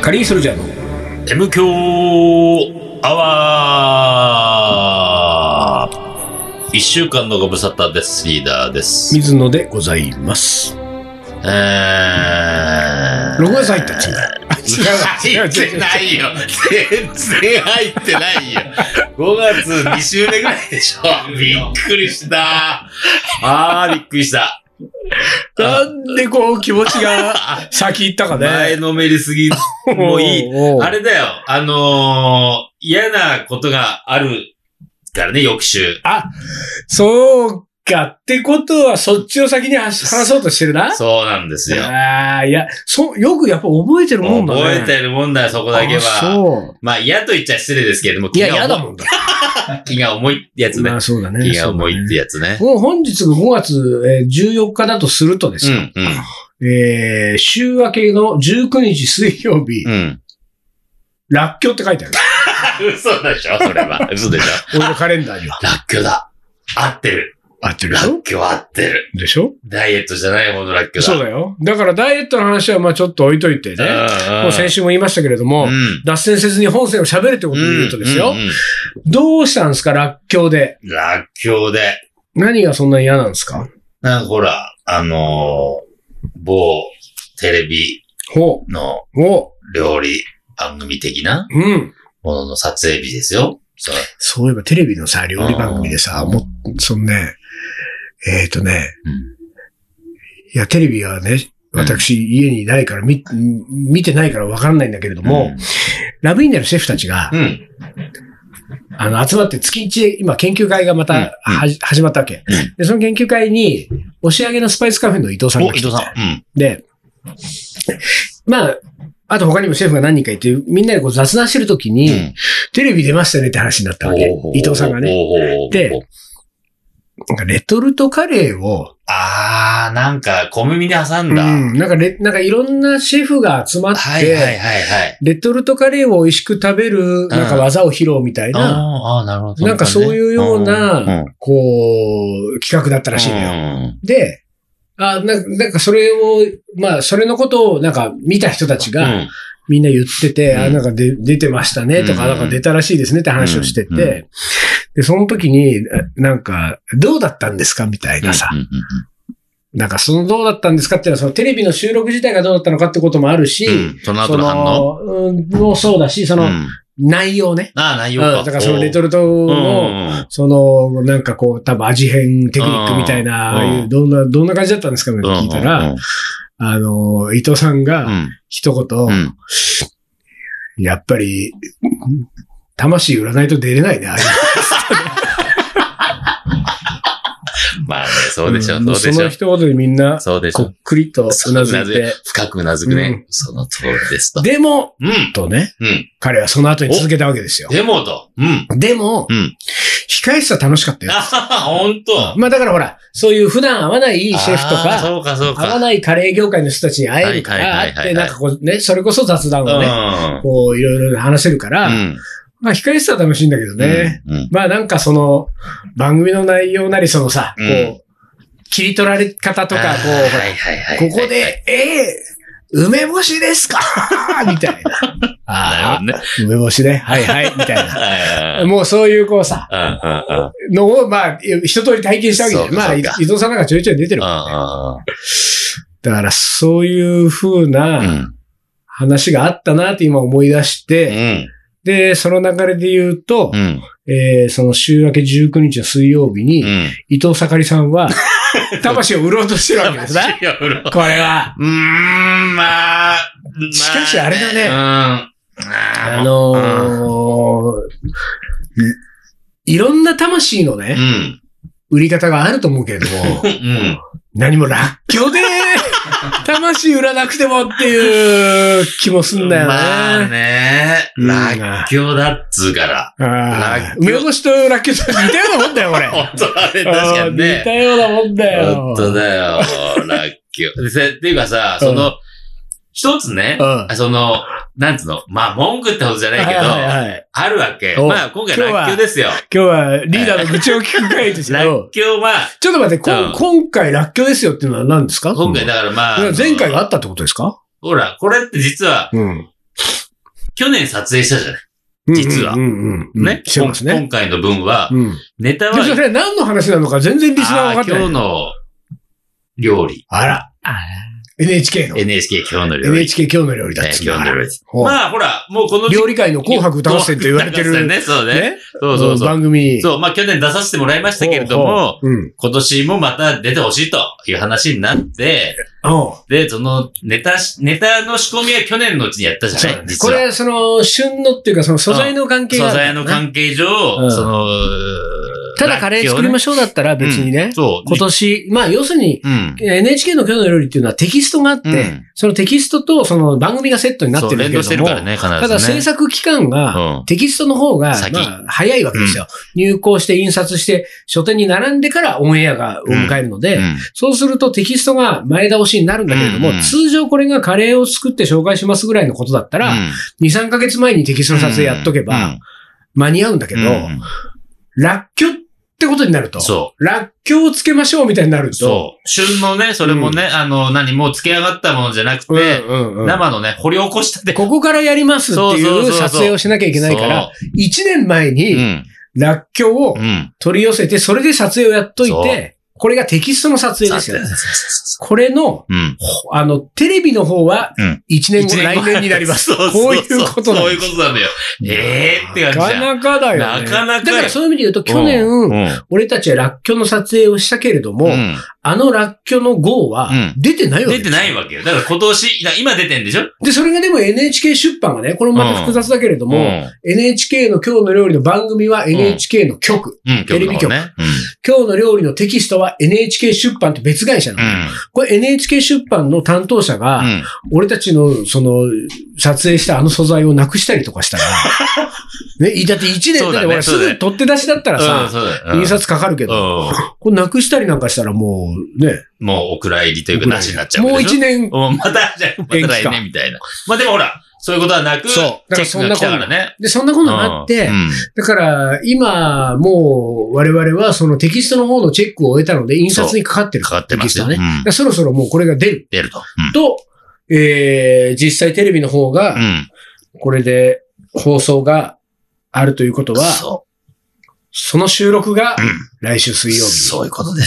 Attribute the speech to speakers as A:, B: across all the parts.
A: カリーソルジャーの
B: M 強アワー。一週間のご無沙汰です。リーダーです。
A: 水野でございます。6月入ったっちゅうか。
B: 入ってないよ。全然入ってないよ。5月2週目ぐらいでしょ。びっくりした。びっくりした。
A: なんでこう気持ちが先行ったかね。
B: 前のめりすぎもういい。あれだよ。嫌なことがあるからね、翌週。
A: そうか。ってことは、そっちを先に話そうとしてるな。
B: そうなんですよ。
A: いや、よくやっぱ覚えてるもんだね。
B: 覚えてるもんだよ、そこだけは。
A: そう。
B: まあ、嫌と言っちゃ失礼ですけれども、
A: 嫌だもんだ。
B: 気が重いってやつね。
A: まあ、そうだね。
B: 気が重いってやつね。
A: もう本日が5月14日だとするとですよ。週明けの19日水曜日。らっきょうって書いてある。
B: 嘘でしょそれは。嘘でしょ
A: 俺のカレンダーには。
B: らっきょうだ。合ってる。
A: 合ってる
B: らっきょう合ってる。
A: でしょ
B: ダイエットじゃない方のらっきょうだ。
A: そうだよ。だからダイエットの話はまあちょっと置いといてね。もう先週も言いましたけれども、脱線せずに本線を喋るってことを言うとですよ。どうしたんですか、らっきょうで。
B: らっきょうで。
A: 何がそんな嫌なんですか？
B: なんかほら、某テレビの料理番組的なものの撮影日ですよ。
A: そういえばテレビのさ、料理番組でさ、いや、テレビはね、私、家にないから見てないからわかんないんだけれども、ラビーニャのシェフたちが、集まって月1で今研究会がまた始まったわけ。で、その研究会に、押上のスパイスカフェの伊藤さんが来て、伊藤さん。で、まあ、あと他にもシェフが何人かいて、みんなでこう雑談してるときに、テレビ出ましたよねって話になったわけ。伊藤さんがね。で、レトルトカレーを。
B: なんか小耳に挟んだ。
A: なんかいろんなシェフが集まって、レトルトカレーを美味しく食べる、なんか技を披露みたいな。
B: なるほど。
A: なんかそういうような、こう、企画だったらしいのよ。で、なんかそれを、まあ、それのことをなんか見た人たちが、みんな言ってて、なんか出てましたねとか、なんか出たらしいですねって話をしてて、で、その時に、なんか、どうだったんですかみたいなさ。なんか、どうだったんですかっていうのは、そのテレビの収録自体がどうだったのかってこともあるし、
B: その後の反応
A: もそうだし、内容ね。
B: 内容か。
A: だからそのレトルトの、なんかこう、多分味変テクニックみたいな、どんな感じだったんですかって聞いたら、伊藤さんが、一言、やっぱり、魂売らないと出れないね、あれ。
B: まあね、そうでしょ、そうでしょ。
A: その一言でみんな、こっくりとうなずいて。
B: 深くうなずくね。その通りですと。
A: でも、とね、彼はその後に続けたわけですよ。
B: でもと。
A: でも、控え室は楽しかったよ。
B: 本当。
A: まあだからほら、そういう普段会わないシェフとか、会わないカレー業界の人たちに会えるから、ってなんかこうね、それこそ雑談をね、こういろいろ話せるから、まあ、控え室は楽しいんだけどね。まあ、なんか番組の内容なりこう、切り取られ方とか、こう、ここで、梅干しですかみたいな。梅干しね。はいはい、みたいな。もうそういうこうさ、のを、まあ、一通り体験したわけで、まあ、伊藤さんなんかちょいちょい出てるわけ。だから、そういう風な話があったなって今思い出して、で、その流れで言うと、その週明け19日の水曜日に、伊藤盛りさんは、魂を売ろうとしてるわけですね。これは。
B: まあ。
A: しかしあれだね。いろんな魂のね、売り方があると思うけれども、何もらっきょうで、魂売らなくてもっていう気もすんだよね。
B: まあね。らっきょうだっつうから。
A: 梅干しとらっきょうと似たようなもんだよ、これ。
B: 本当だね、確かにね。
A: 似たようなもんだよ。
B: 本当だよ、らっきょう。っていうかさ、一つね、なんつうの、まあ文句ってことじゃないけど、あるわけ。まあ今回らっきょうですよ。
A: 今日はリーダーの愚痴を聞く回ですよ。
B: らっきょうは、
A: ちょっと待って、今回らっきょうですよっていうのは何ですか？
B: 今回だからまあ。
A: 前回があったってことですか？
B: ほら、これって実は、 去年撮影したじゃない。実は。ね。今回の分は、ネタは。
A: それ何の話なのか全然リスナー分かってない。
B: 今日の料理。
A: あら。NHK の。
B: NHK 今日の料理。
A: NHK 今日の料理だって。
B: 今日の料理。まあほら、もうこの
A: 料理界の紅白歌合戦と言われてる。
B: ね、そうね。
A: そう番組。
B: そう、まあ去年出させてもらいましたけれども、今年もまた出てほしいという話になって、で、そのネタの仕込みは去年のうちにやったじゃない実は。
A: これ、旬のっていうか、素材の関係が。
B: 素材の関係上、
A: ただカレー作りましょうだったら別にね、今年、まあ要するに、NHK の今日の料理っていうのはテキストがあって、そのテキストとその番組がセットになってるけれども、ただ制作期間が、テキストの方が、早いわけですよ。入稿して印刷して書店に並んでからオンエアを迎えるので、そうするとテキストが前倒しになるんだけれども、通常これがカレーを作って紹介しますぐらいのことだったら、2、3ヶ月前にテキストの撮影やっとけば、間に合うんだけど、らっきょってことになると。そう。らっきょうをつけましょうみたいになると。
B: そう。旬のね、それもね、もうつけ上がったものじゃなくて、生のね、掘り起こしたで。
A: ここからやりますっていう撮影をしなきゃいけないから、1年前に、らっきょうを取り寄せて、それで撮影をやっといて、これがテキストの撮影ですよね。これの、テレビの方は、1年後、来年になります。こういうことなんだよ。
B: そういうことなんだよ。って感じ。
A: なかなかだよね。
B: なかなか。
A: だからそういう意味で言うと、去年、俺たちはらっきょうの撮影をしたけれども、らっきょうの号は、出てないわけ
B: 出てないわけよ。だから今年、今出てんでしょ
A: で、それがでも NHK 出版がね、これもまた複雑だけれども、NHK の今日の料理の番組は NHK の局、テレビ局。今日の料理のテキストは NHK 出版って別会社なの。これ NHK 出版の担当者が、俺たちの撮影した素材をなくしたりとかしたら、ね、だって1年、だって俺すぐ取って出しだったらさ、印刷かかるけど、これなくしたりなんかしたらもうね。
B: もうお蔵入りというかなしになっちゃう。
A: もう1年。
B: また来年みたいな。まあでもほら、そういうことはなく、
A: そう。だからそんなことね。で、そんなことがあって、だから今もう我々はそのテキストの方のチェックを終えたので印刷にかかってる。
B: かかってますよね。
A: そろそろもうこれが出る。
B: 出ると。
A: と、実際テレビの方が、これで放送があるということは、その収録が来週水曜日。
B: そういうことです。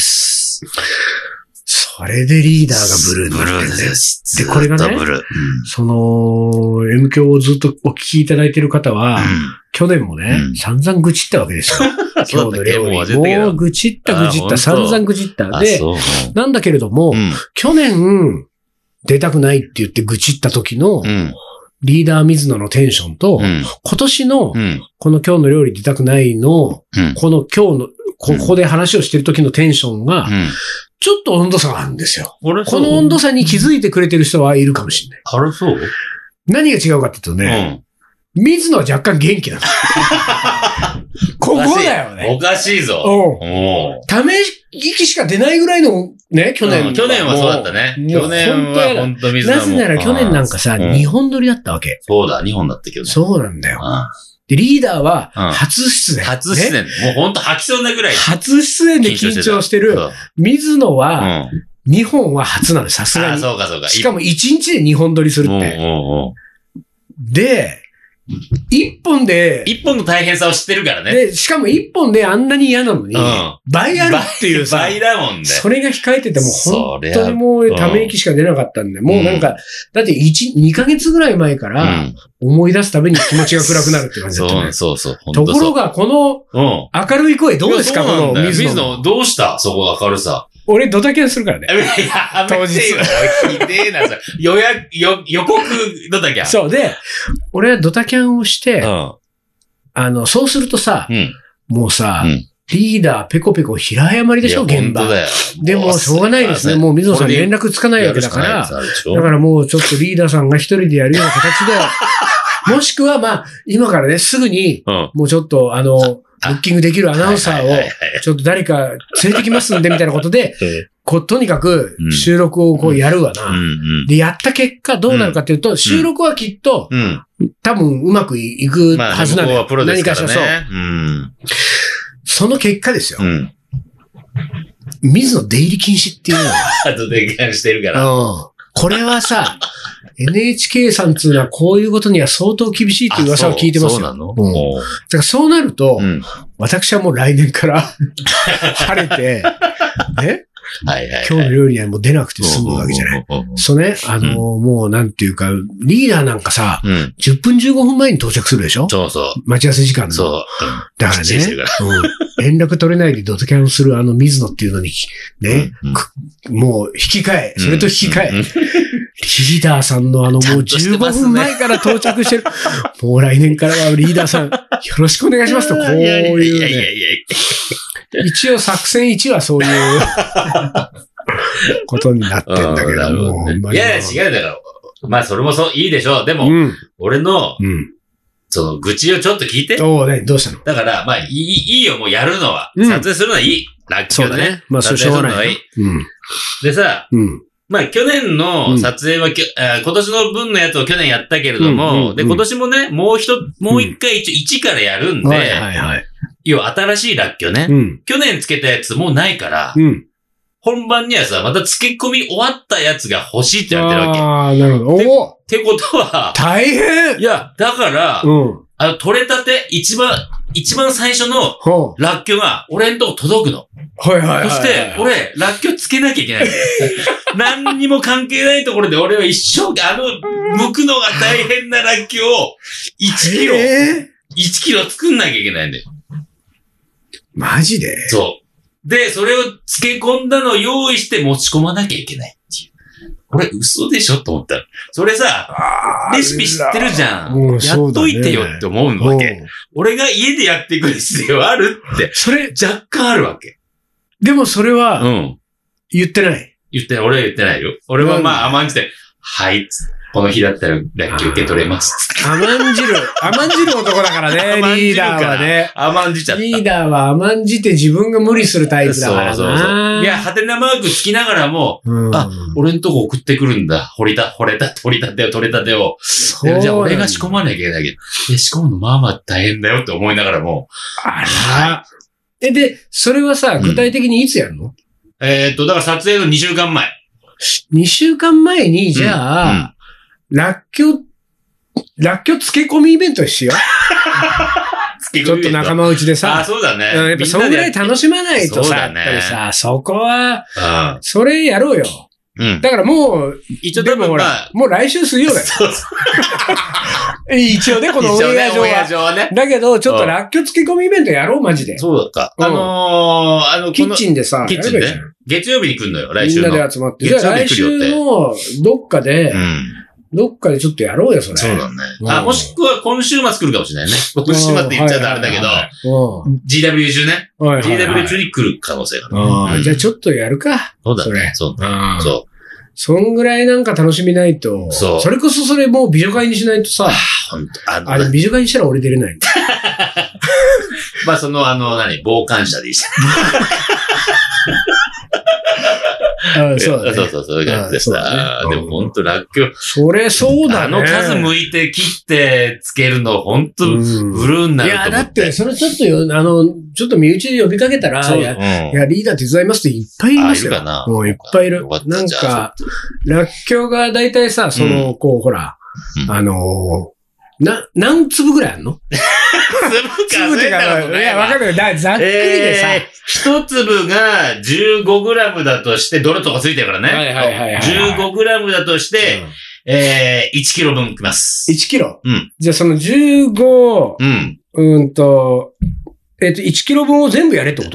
A: それでリーダーがブルーになってるんです。で、これがね、M 響をずっとお聞きいただいている方は、去年もね、散々愚痴ったわけですよ。今日の料理。もう愚痴った、散々愚痴った。で、なんだけれども、去年出たくないって言って愚痴った時の、リーダー水野のテンションと、今年の、この今日の料理出たくないの、この今日の、ここで話をしてる時のテンションが、ちょっと温度差があるんですよ。この温度差に気づいてくれてる人はいるかもしれない。
B: あれそう
A: 何が違うかっていうとね、水野は若干元気なの。ここだよね。
B: おかしいぞ。
A: ため息しか出ないぐらいのね、去年。
B: 去年はそうだったね。去年は本当水野。
A: なぜなら去年なんかさ、2本撮りだったわけ。
B: そうだ、2本だったけどね。
A: そうなんだよ。で、リーダーは、初出演。
B: 初出演。もうほんと吐きそうなぐらい。
A: 初出演で緊張してる。水野は、2本は初なの、さすがに。
B: そうかそうか。
A: しかも1日で2本撮りするって。で、1本
B: の大変さを知ってるからね。
A: で、しかも1本であんなに嫌なのに、倍あるっていうさ。
B: 倍だもんね。
A: それが控えてても本当にもうため息しか出なかったんで、もうなんか、だって2ヶ月ぐらい前から思い出すたびに気持ちが暗くなるって感じだったね。
B: そう。
A: ところが、この明るい声どうですか、この水
B: 野。どうしたそこ明るさ。
A: 俺、ドタキャンするからね。
B: 当日。ひでえな、予告ドタキャン。
A: そうで、俺はドタキャンをして、そうするとさ、もうさ、リーダーペコペコ平謝りでしょ、現場。でも、しょうがないですね。もう水野さんに連絡つかないわけだから、だからもうちょっとリーダーさんが一人でやるような形で、もしくはまあ、今からね、すぐに、もうちょっとブッキングできるアナウンサーを、ちょっと誰か連れてきますんで、みたいなことで、とにかく収録をやるわな。で、やった結果どうなるかっていうと、収録はきっと、多分うまくいくはずなんだよ。何かしらそう。その結果ですよ。水野出入り禁止っていうのが。
B: あとで関してるから。
A: これはさ、 NHK さんっていうのはこういうことには相当厳しいっていう噂を聞いてますよ。
B: そうなの？
A: だからそうなると、私はもう来年から晴れて、ね。今日の料理にはもう出なくて済むわけじゃない。そうね、もうなんていうか、リーダーなんかさ、10分15分前に到着するでしょ？
B: そうそう。
A: 待ち合わせ時間の。そう。だからね、連絡取れないでドタキャンする水野っていうのに、ね、もう引き換え、それと引き換え、リーダーさんのもう15分前から到着してる。もう来年からはリーダーさん、よろしくお願いしますと、こういうね。一応作戦1はそういうことになってんだけども。
B: いやいや、違うだから。まあ、それもいいでしょう。でも、俺の、その、愚痴をちょっと聞いて。
A: どうしたの？
B: だから、まあ、いいよ、もうやるのは。撮影するのはいい。ラッキーだね。
A: まあ、
B: 撮影
A: するのはいい。
B: でさ、まあ、去年の撮影は、今年の分のやつを去年やったけれども、で、今年もね、もう一回一からやるんで、要は新しいラッキョね。去年つけたやつもうないから、本番にはさ、また付け込み終わったやつが欲しいって言われてるわけ。
A: ああ、なるほど。
B: ってことは、
A: 大変！
B: いや、だから、取れたて、一番最初のラッキョが俺んとこ届くの。そして、俺、ラッキョつけなきゃいけないんだよ。何にも関係ないところで俺は一生、剥くのが大変なラッキョを1キロ作んなきゃいけないんだよ。
A: マジで？
B: そう。で、それを漬け込んだのを用意して持ち込まなきゃいけないっていう。これ嘘でしょと思ったら。それさ、レシピ知ってるじゃん。やっといてよって思うわけ。俺が家でやっていく必要あるって。それ若干あるわけ。
A: でもそれは、言ってない。
B: 俺は言ってないよ。俺はまあ甘んじて、はい、この日だったらラッキー受け取れます。甘んじる男だからね、リーダーはね。甘んじちゃった。リーダーは甘んじて自分が無理するタイプだからな。そう。いや、ハテナマークつきながらも、俺んとこ送ってくるんだ。取れたてを。じゃあ俺が仕込まなきゃいけないけど。仕込むのまあまあ大変だよって思いながらも。
A: あら。で、それはさ、具体的にいつやるの？
B: だから撮影の2週間前。
A: 2週間前に、じゃあ、らっきょ漬け込みイベントしよう。ちょっと仲間内でさ。
B: あ、そうだね。
A: やっぱそのぐらい楽しまないとさ、やっぱりさ、そこは、それやろうよ。だからもう、一応でもほら、もう来週水曜だよ。一応ね、このオンエア上は。だけど、ちょっとらっきょ漬け込みイベントやろう、マジで。
B: そうだった。
A: キッチンでさ、
B: キッチンで月曜日に来るのよ、来週の。
A: みんなで集まって。じゃあ来週のどっかでちょっとやろうよ、それ。
B: そうだね。もしくは今週末来るかもしれないね。今週末って言っちゃダメだけど、GW 中ね。GW 中に来る可能性がある。
A: じゃあちょっとやるか。
B: そうだね。そう。
A: そんぐらいなんか楽しみないと。そう。それこそそれもう美女会にしないとさ。でも美女会にしたら俺出れない。
B: まあ傍観者でいいし。
A: そうだね。
B: そういう感じでさ。でも本当らっきょう。
A: それそうだね。
B: 数剥いて切ってつけるの本当ブルーになると思って。いや、
A: だってそれちょっとちょっと身内で呼びかけたら、いや、リーダー手伝いますっていっぱいいますよ。もういっぱいいる。なんか、らっきょうがだいたいさ、ほら、何粒ぐらいあんの？粒ってか、いや、わかるよ。ざっくりでさ。
B: 一粒が15グラムだとして、泥とかついてるからね。15グラムだとして、1キロ分きます。
A: 1キロ？じゃあその15、1キロ分を全部やれってこと？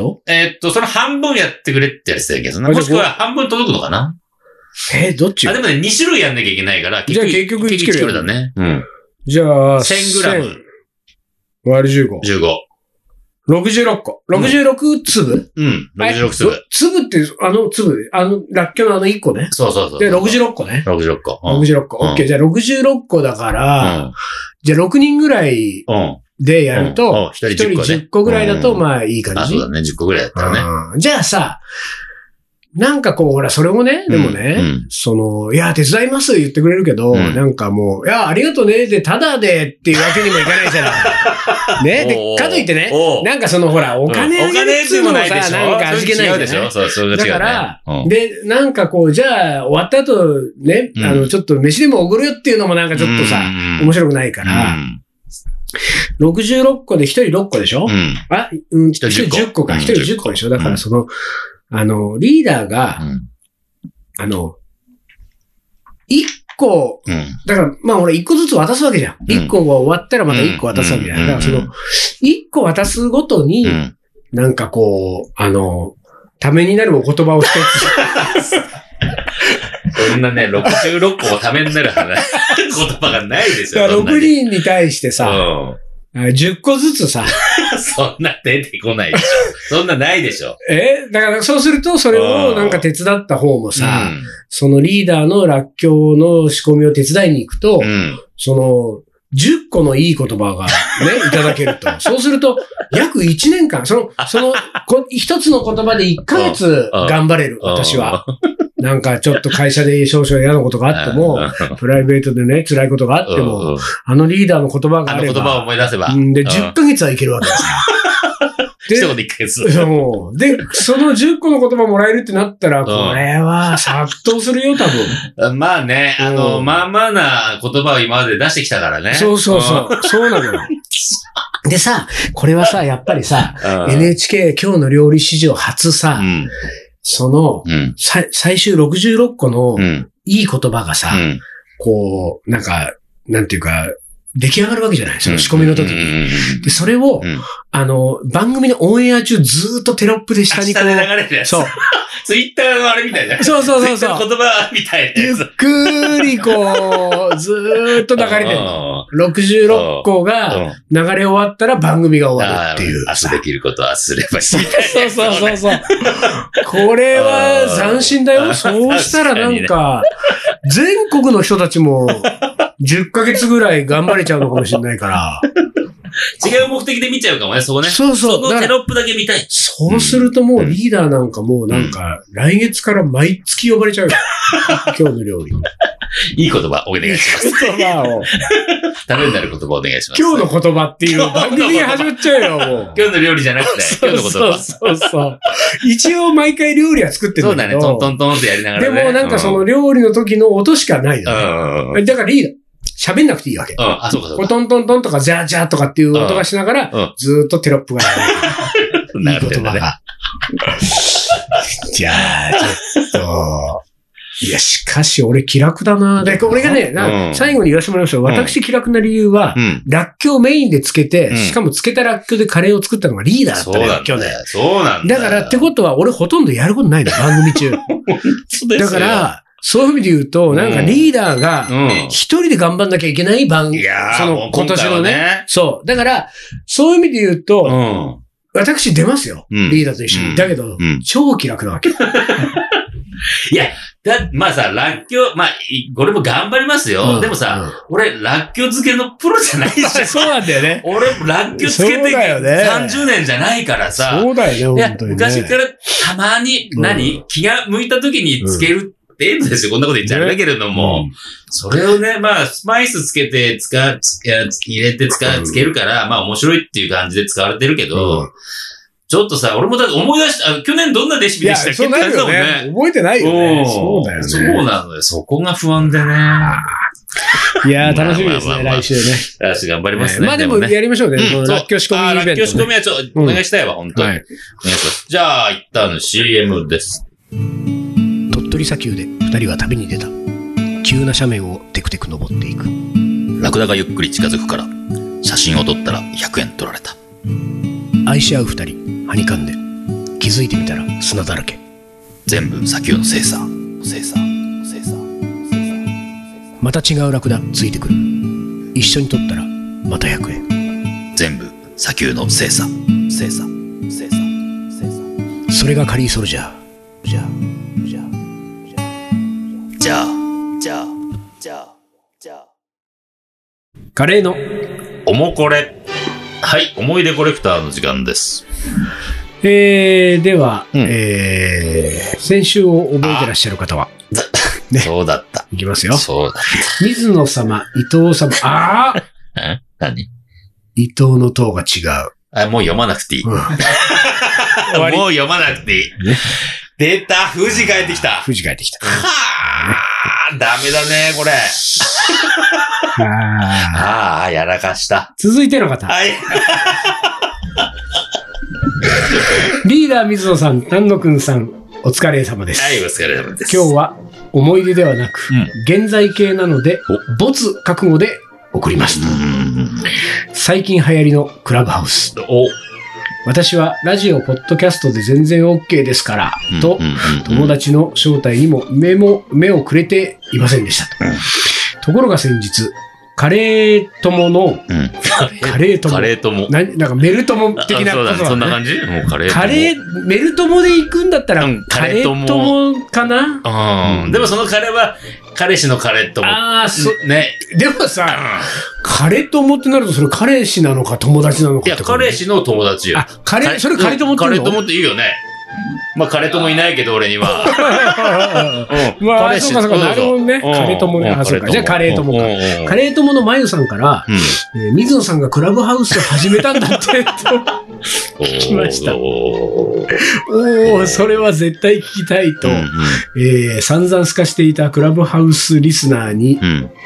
B: その半分やってくれってやつだけどな。もしくは半分届くのかな？
A: どっち？
B: でもね、2種類やんなきゃいけないから、
A: じゃあ結局1キロ
B: だね。
A: じゃあ、
B: 1000グラム。
A: 割る15。66個。66粒？
B: 66粒。
A: 粒って、粒、らっきょうの1個ね。
B: そう。
A: で、66個ね。
B: 66個。
A: 66個。オッケー。じゃあ66個だから、じゃあ6人ぐらいでやると、1人10個ぐらいだと、まあいい感じ。
B: そうだね。10個ぐらいだったらね。
A: じゃあさ、 なんかこう、ほら、それもね、でもね、いや、手伝います言ってくれるけど、なんかもう、いや、ありがとうね、で、ただでっていうわけにもいかないじゃない。ね、で、かといってね、なんかほら、お金あげるっていうのもさ、なんか味気ないでしょ。そう、だから、で、なんかこう、じゃあ、終わった後、ね、ちょっと飯でもおごるよっていうのもなんかちょっとさ、面白くないから、66個で1人6個でしょ？1人10個か。1人10個でしょ？だからリーダーが、1個、だから、まあ俺1個ずつ渡すわけじゃん。1個が終わったらまた1個渡すわけじゃん。だから1個渡すごとに、なんかこう、ためになるお言葉を一つ。
B: そんなね、66個もためになる言葉がないですよ。
A: 6人に対してさ、10個ずつさ。
B: そんな出てこないでしょ。そんなないでしょ。
A: だからそうすると、それをなんか手伝った方もさ、そのリーダーのらっきょうの仕込みを手伝いに行くと、10個のいい言葉がね、いただけると。そうすると、約1年間、一つの言葉で1ヶ月頑張れる、私は。なんかちょっと会社で少々嫌なことがあっても、プライベートでね、辛いことがあっても、リーダーの言葉があれば。
B: 言葉を思い出せば。
A: で、10ヶ月はいけるわけです
B: よ。一言1ヶ月。
A: で、その10個の言葉もらえるってなったら、これは殺到するよ、多分。
B: まあね、まあまあな言葉を今まで出してきたからね。
A: そう。そうなのよ。でさ、これはさ、やっぱりさ、NHK 今日の料理史上初さ、最終66個のいい言葉がさ、こう、なんか、なんていうか、出来上がるわけじゃないその仕込みの時に。で、それを、番組のオンエア中ずーっとテロップで下にこう。
B: 下で流れてるやつ。そう。ツイッターのあれみたいな。
A: そう。
B: ツイッターの言葉みたいなやつ。
A: ゆっくりこう、ずーっと流れてるの。66個が流れ終わったら番組が終わるっていう。
B: 明日できることはすればいい。
A: そう。これは斬新だよ。そうしたらなんか、全国の人たちも10ヶ月ぐらい頑張れちゃうのかもしれないから。
B: 違う目的で見ちゃうかもね、そこね。
A: そう。
B: そのテロップだけ見たい。
A: そうするともうリーダーなんかもうなんか、来月から毎月呼ばれちゃうよ。今日の料理。
B: いい言葉お願いします。
A: 言葉を。
B: ためになる言葉お願いします。
A: 今日の言葉っていう番組が始まっちゃうよ、もう。
B: 今日の料理じゃなくて、今日の言葉。
A: そう。一応毎回料理は作ってるんだけど。
B: そうだね、トントンってやりながらね。
A: でもなんかその料理の時の音しかないのね。だからリーダー。喋んなくていいわけ。
B: そうか。
A: こうトントントンとかジャージャーとかっていう音がしながら、ずーっとテロップが流れてる。いい言葉が。じゃあ、ちょっと。いや、しかし俺気楽だな。で、俺がね、最後に言わせてもらいました。私気楽な理由は、らっきょうメインでつけて、しかもつけたらっきょうでカレーを作ったのがリーダーだったのよ、去年。
B: そうなんだ。
A: だからってことは俺ほとんどやることないの、番組中。だから、そういう意味で言うと、なんかリーダーが、一人で頑張んなきゃいけない今年のね。そう。だから、そういう意味で言うと、私出ますよ。リーダーと一緒に。だけど、超気楽なわけ。
B: いや、まあさ、らっきょう、まあ、これも頑張りますよ。でもさ、俺、らっきょう漬けのプロじゃないじゃん。
A: そうなんだよね。
B: 俺、らっきょう漬けて30年じゃないからさ。
A: そうだよね、本当に。
B: 昔からたまに、気が向いた時に漬けるってんですよ。こんなこと言っちゃうんだけれども。それをね、まあ、スパイスつけて入れてつけるから、まあ面白いっていう感じで使われてるけど、ちょっとさ、俺もだって思い出した、去年どんなレシピでしたっけって感じだもんね。
A: 覚えてないよね。そうだよね。
B: そうなのよ。そこが不安でね。
A: いやー、楽しみですね、来週ね。
B: 来週頑張りますね。
A: まあでもやりましょうね。らっきょう仕込みイベント。
B: らっきょう仕込みはお願いしたいわ、本当に。お願いします。じゃあ、一旦 CM です。
A: 鳥取砂丘で二人は旅に出た。急な斜面をテクテク登っていく。
B: ラクダがゆっくり近づくから、写真を撮ったら100円取られた。
A: 愛し合う二人。はにかんで気づいてみたら砂だらけ。
B: 全部砂丘の精査。
A: また違うラクダついてくる。一緒に撮ったらまた100円。
B: 全部砂丘の精査。
A: それがカリーソルジャー。じゃあカレーの
B: おもこれ。はい、思い出コレクターの時間です。
A: では、先週を覚えてらっしゃる方は。
B: ね、そうだった。
A: いきますよ。
B: そうだった。
A: 水野様、伊藤様、
B: 何？
A: 伊藤の塔が違う。
B: もう読まなくていい。もう読まなくていい。出た！富士帰ってきた。
A: 富士帰ってきた。
B: ダメだね、これ。やらかした。
A: 続いての方。はい。リーダー水野さん、丹野くんさん、お疲れ様です。
B: はい、お疲れ様です。
A: 今日は思い出ではなく、現在形なので、没覚悟で送ります。最近流行りのクラブハウス。私はラジオ、ポッドキャストで全然 OK ですから、と、友達の招待にも目をくれていませんでした。ところが先日、カレー友の、カレー友。なんかメル友的なことだね。
B: そんな感じ？もうカレ
A: ー友。メル友で行くんだったら、カレー友かな？
B: でもそのカレーは、彼氏のカレー友。
A: ね。でもさ、カレー友ってなると、それ彼氏なのか友達なのかって。
B: いや、彼氏の友達よ。
A: それカレー友って言うの？カレ
B: ー友って言うよね。まあ、彼友いないけど、俺には。
A: まあ、そうか。なるほどね。カレー友ね。そうか。じゃあ、カレー友か。カレー友のまゆさんから、水野さんがクラブハウスを始めたんだって、と聞きました。それは絶対聞きたいと、散々透かしていたクラブハウスリスナーに、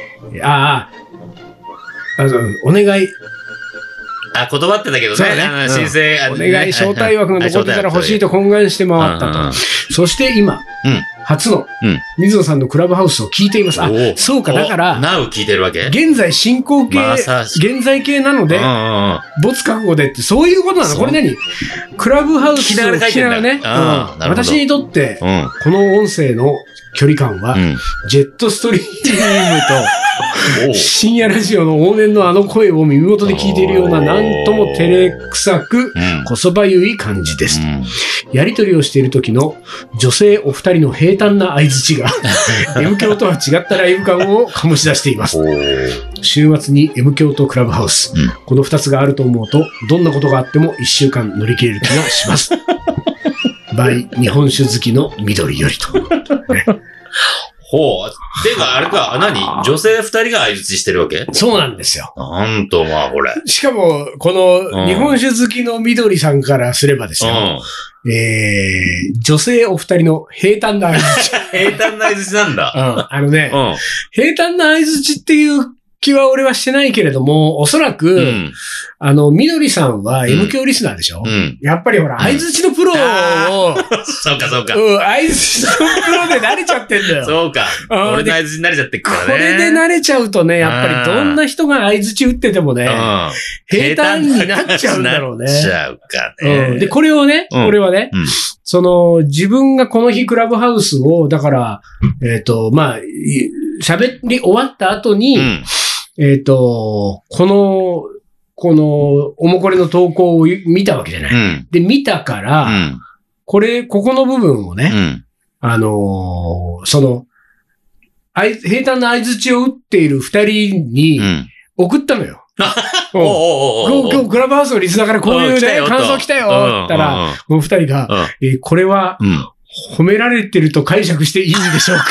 A: お願い、
B: 断ってたけどね。申請、
A: お願い、招待枠が残ってたら欲しいと懇願して回ったと。そして今、初の、水野さんのクラブハウスを聞いています。そうか、だから、
B: なお聞いてるわけ？
A: 現在進行形、現在形なので、没覚悟でって、そういうことなの？これ何？クラブハウスを聞きながらね。私にとって、この音声の距離感は、ジェットストリームと、深夜ラジオの往年のあの声を耳元で聞いているような、なんとも照れくさく、こそばゆい感じです。やりとりをしている時の女性お二人の平坦な相槌が、M 響とは違ったライブ感を醸し出しています。週末に M 響とクラブハウス、この二つがあると思うと、どんなことがあっても一週間乗り切れる気がします。by 日本酒好きの緑よりと。
B: ほう。てか、あれか、女性二人が相槌してるわけ？
A: そうなんですよ。
B: なんと、まあ、これ。
A: しかも、この、日本酒好きの緑さんからすればですよ。女性お二人の平坦な相槌。
B: 平坦な相槌なんだ。
A: 平坦な相槌っていう気は俺はしてないけれども、おそらく、緑さんは M 響リスナーでしょ？やっぱりほら、相槌のプロを、
B: そうか。
A: 相槌のプロで慣れちゃってんだよ。
B: そうか。俺の相槌慣れちゃってっからね。
A: これで慣れちゃうとね、やっぱりどんな人が相槌打っててもね、平坦になっちゃうんだろうね。
B: なっちゃうかね。
A: で、これはね、自分がこの日クラブハウスを、だから、まあ、喋り終わった後に、この、おもこれの投稿を見たわけじゃない。で、見たから、ここの部分をね、平坦な相槌を打っている二人に送ったのよ。今日クラブハウスのリスナーからこういうね、感想来たよって言ったら、この二人が、これは、褒められてると解釈していいんでしょうか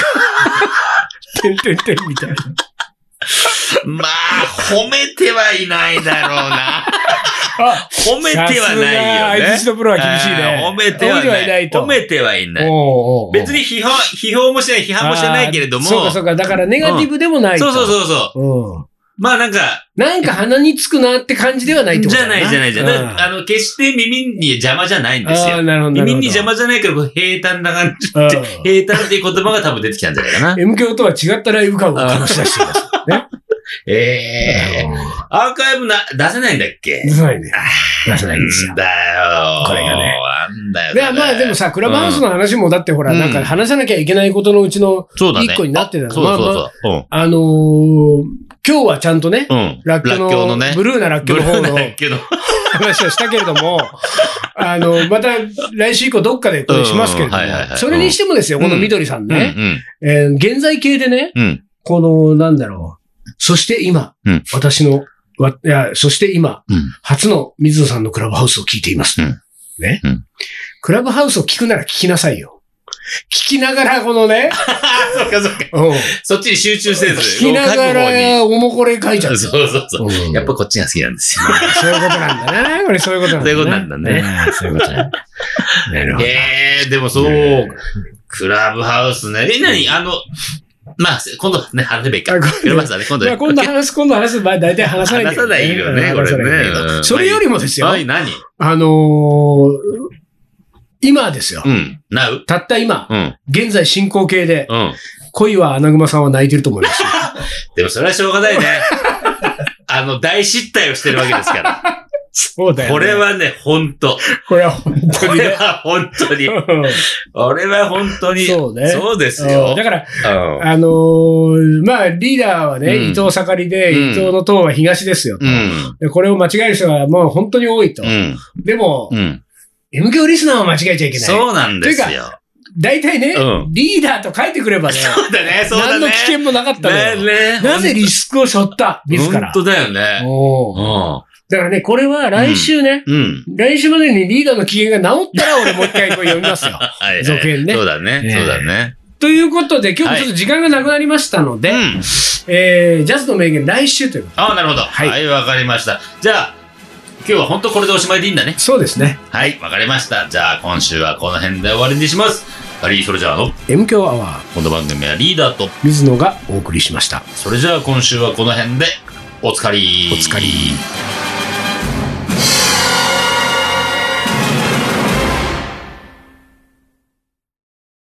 A: みたいな。
B: まあ、褒めてはいないだろうな。褒めてはないよね。
A: 相槌のプロは厳しいね。
B: 褒めてはない。褒めてはいない。別に批判もしてないけれども。
A: そうか。だからネガティブでもないと。
B: そう。まあなんか
A: 鼻につくなって感じではないってことだな。
B: じゃない。決して耳に邪魔じゃないんですよ。耳に邪魔じゃないから、平坦な感じって、平坦っていう言葉が多分出てきたんじゃないかな。
A: M 響とは違ったライブ感を醸し出しています。ね。
B: アーカイブ出せないんだっけ？
A: 出せないね。出せないんですよ。
B: だよ。
A: これがね。
B: なんだよ。
A: いや、まあでもさ、クラブハウスの話もだってほら、なんか話さなきゃいけないことのうちの一個になってた。
B: そう。
A: 今日はちゃんとね、ラッキョのね、ブルーなラッキョの方の話をしたけれども、また来週以降どっかでこれしますけれども、それにしてもですよ、この緑さんね、現在形でね、この、なんだろう、そして今、初の水野さんのクラブハウスを聞いています。ね。 クラブハウスを聞くなら聞きなさいよ。聞きながらこのね。
B: そっかそっか。そっちに集中せず。
A: 聞きながらおもこれ書いちゃう。
B: そうそうそう。やっぱこっちが好きなんですよ。
A: そういうことなんだな。これそういうことなんだ。
B: そういうことなんだね。
A: そういうことなんだ。なるほど。
B: でもそう、クラブハウスね。何まあ、今度ね、話せばいいか。クラブハウスだね、今度ね。
A: 今度話す。まあ、大体話さない。
B: 話さないよね、これね。
A: それよりもですよ。
B: はい、何
A: 今ですよ。
B: Now？
A: たった今。現在進行形で。恋は穴熊さんは泣いてると思いますよ。
B: でもそれはしょうがないね。大失態をしてるわけですから。
A: そうだよね。
B: これはね、本当。
A: これは本当に。
B: これは本当に。俺は本当に。
A: そうね。
B: そうですよ。
A: だから、まあ、リーダーはね、伊藤盛りで、伊藤の党は東ですよと。で、これを間違える人がもう本当に多いと。でも、M 響リスナーは間違えちゃいけない。
B: そうなんですよ。
A: 大体ね、リーダーと書いてくればね。
B: そうだね、そうだね。
A: 何の危険もなかったのよ。なぜリスクを背負った自ら。
B: 本当だよね。
A: だからね、これは来週ね、来週までにリーダーの機嫌が治ったら俺もう一回これ読みますよ。続編ね。
B: そうだね、そうだね。
A: ということで、今日もちょっと時間がなくなりましたので、ジャズの名言来週ということで。
B: なるほど。はい、わかりました。じゃあ、今日は本当これでおしまいでいいんだね。
A: そうですね。
B: はい、わかりました。じゃあ今週はこの辺で終わりにします。それじゃあ
A: M 響アワー。
B: この番組はリーダーと
A: 水野がお送りしました。
B: それじゃあ今週はこの辺でおつかり。
A: おつかり。